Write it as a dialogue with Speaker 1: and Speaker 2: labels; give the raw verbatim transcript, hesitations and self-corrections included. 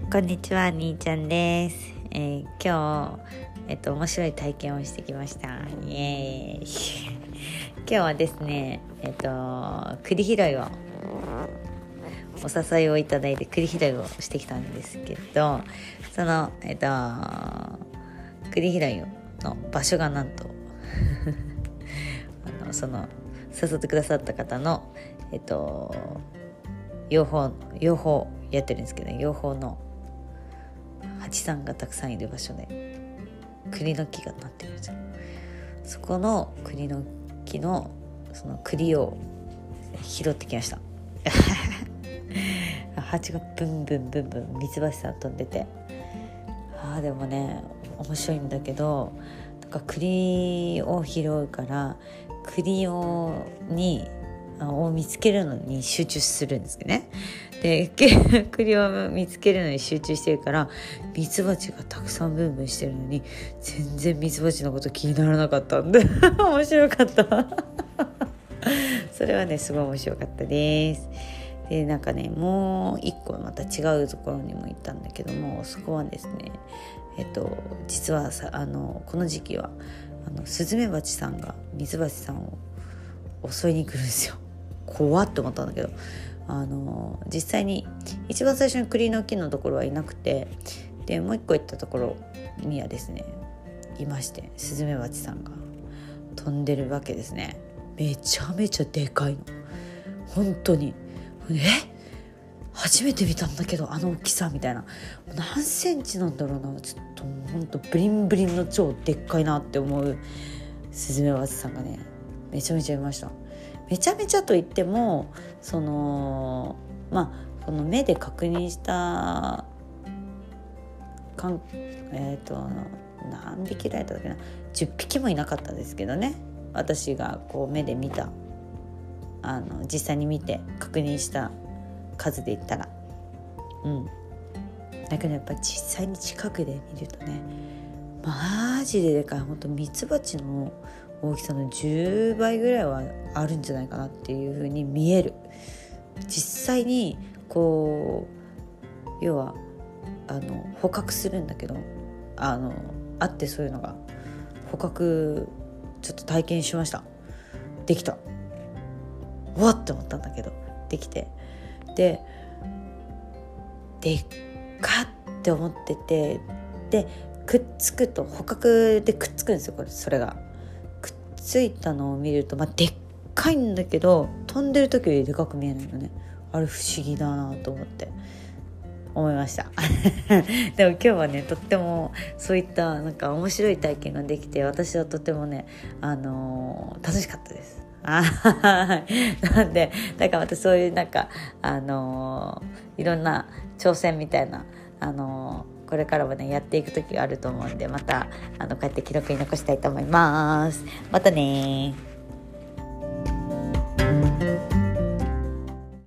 Speaker 1: こんにちは、兄ちゃんです。えー、今日、えっと、面白い体験をしてきました。イエーイ今日はですね、えっと、栗拾いをお誘いをいただいて栗拾いをしてきたんですけど、その、えっと、栗拾いの場所がなんとあのその誘ってくださった方の、えっと、養蜂養蜂やってるんですけど、養蜂の蜂さんがたくさんいる場所で栗の木がなってるんですよ。そこの栗の木のその栗を拾ってきました蜂がブンブンブンブンミツバチさん飛んでて、あーでもね面白いんだけど、なんか栗を拾うから栗をにを見つけるのに集中するんですけどね。で栗を見つけるのに集中してるからミツバチがたくさんブンブンしてるのに全然ミツバチのこと気にならなかったんで面白かったそれはねすごい面白かったです。でなんかねもう一個また違うところにも行ったんだけども、そこはですねえっと実はさあのこの時期はあのスズメバチさんがミツバチさんを襲いに来るんですよ。怖っと思ったんだけど、あの実際に一番最初に栗の木のところはいなくて、でもう一個行ったところにはですねいまして、スズメバチさんが飛んでるわけですね。めちゃめちゃでかいの、本当にえ初めて見たんだけどあの大きさみたいな、何センチなんだろうな、ちょっと本当ブリンブリンの超でっかいなって思うスズメバチさんがねめちゃめちゃいました。めちゃめちゃといってもそのまあこの目で確認したかんえっ、ー、と何匹られただっけな、じゅっぴきもいなかったですけどね、私がこう目で見たあの実際に見て確認した数で言ったら、うんだけどやっぱり実際に近くで見るとねマジででかい、本当ミツバチの大きさのじゅうばいぐらいはあるんじゃないかなっていう風に見える。実際にこう要はあの捕獲するんだけど、あのあってそういうのが捕獲ちょっと体験しました。できたわって思ったんだけどできて、ででっかって思ってて、でくっつくと捕獲でくっつくんですよ。これそれがくっついたのを見ると、まあ、でっかいんだけど飛んでる時よりでかく見えないのね。あれ不思議だなと思って思いましたでも今日はねとってもそういったなんか面白い体験ができて、私はとてもね、あのー、楽しかったです。なんでだからまたそういうなんか、あのー、いろんな挑戦みたいな、あのー、これからもねやっていく時があると思うんで、またあのこうやって記録に残したいと思います。またね。